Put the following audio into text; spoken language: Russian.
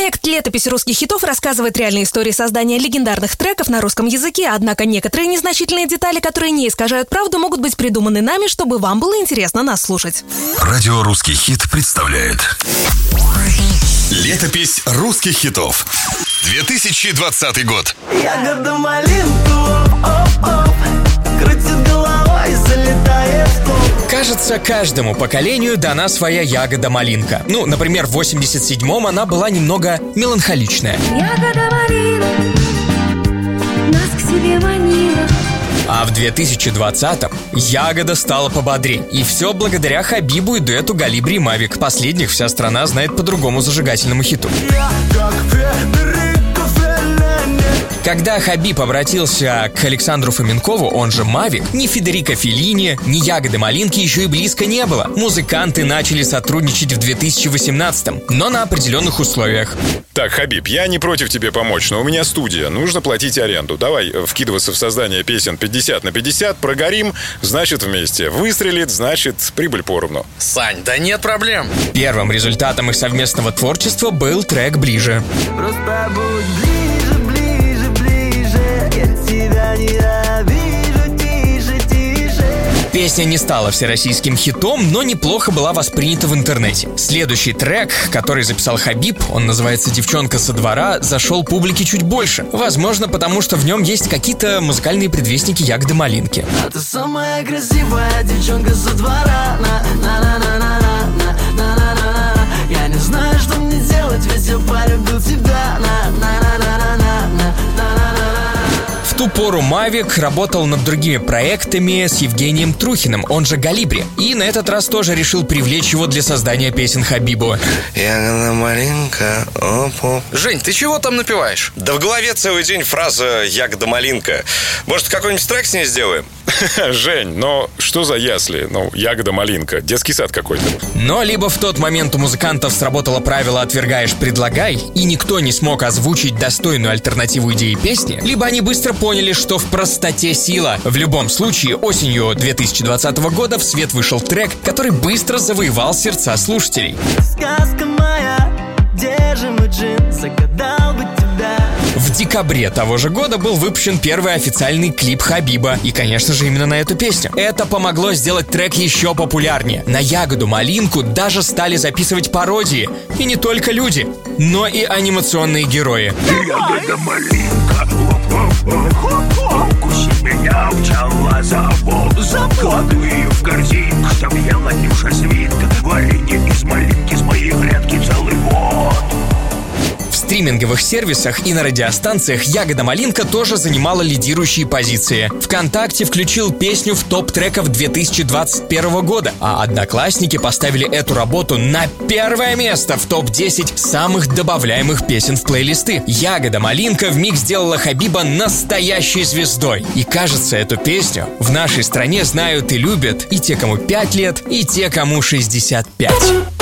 Проект «Летопись русских хитов» рассказывает реальные истории создания легендарных треков на русском языке, однако некоторые незначительные детали, которые не искажают правду, могут быть придуманы нами, чтобы вам было интересно нас слушать. Радио «Русский хит» представляет «Летопись русских хитов». 2020 год. Ягода малинку, оп-оп, крутит головой, залетает в клуб. Кажется, каждому поколению дана своя ягода-малинка. Ну, например, в 87-м она была немного меланхоличная. Ягода малина нас к себе манила. А в 2020-м ягода стала пободрее. И все благодаря Хабибу и дуэту Галибри и Мавик. Последних вся страна знает по другому зажигательному хиту. Когда Хабиб обратился к Александру Фоменкову, он же Мавик, ни Федерико Феллини, ни ягоды малинки еще и близко не было. Музыканты начали сотрудничать в 2018-м, но на определенных условиях. Так, Хабиб, я не против тебе помочь, но у меня студия, нужно платить аренду. Давай вкидываться в создание песен 50/50, прогорим, значит вместе. Выстрелит, значит прибыль поровну. Сань, да нет проблем. Первым результатом их совместного творчества был трек «Ближе». Просто будь ближе, ближе, я тебя ненавижу, тише, тише. Песня не стала всероссийским хитом, но неплохо была воспринята в интернете. Следующий трек, который записал Хабиб, он называется «Девчонка со двора», зашел публике чуть больше. Возможно, потому что в нем есть какие-то музыкальные предвестники ягоды малинки. А ты самая красивая девчонка со двора. На-на-на-на-на-на-на-на-на-на. Я не знаю, что мне делать, ведь я полюбил тебя. На-на-на-на-на-на-на-на-на. В ту пору Мавик работал над другими проектами с Евгением Трухиным, он же Галибри. И на этот раз тоже решил привлечь его для создания песен Хабибу. Ягода малинка, оп-оп. Жень, ты чего там напеваешь? Да в голове целый день фраза «ягода малинка». Может, какой-нибудь трек с ней сделаем? Жень, но что за ясли? Ну, ягода-малинка, детский сад какой-то. Но либо в тот момент у музыкантов сработало правило «отвергаешь, предлагай», и никто не смог озвучить достойную альтернативу идеи песни, либо они быстро поняли, что в простоте сила. В любом случае, осенью 2020 года в свет вышел трек, который быстро завоевал сердца слушателей. Сказка моя, где же мой джин, загадал бы тебя. В декабре того же года был выпущен первый официальный клип Хабиба. И, конечно же, именно на эту песню. Это помогло сделать трек еще популярнее. На ягоду малинку даже стали записывать пародии. И не только люди, но и анимационные герои. Ягода малинка, укуси меня, пчела кладу ее в корзинку, чтоб ела Нюша свинка. Варенье из малинки с моей грядки целый год. В стриминговых сервисах и на радиостанциях ягода малинка тоже занимала лидирующие позиции. ВКонтакте включил песню в топ треков 2021 года, а Одноклассники поставили эту работу на первое место в топ-10 самых добавляемых песен в плейлисты. Ягода малинка вмиг сделала Хабиба настоящей звездой. И кажется, эту песню в нашей стране знают и любят и те, кому 5 лет, и те, кому 65.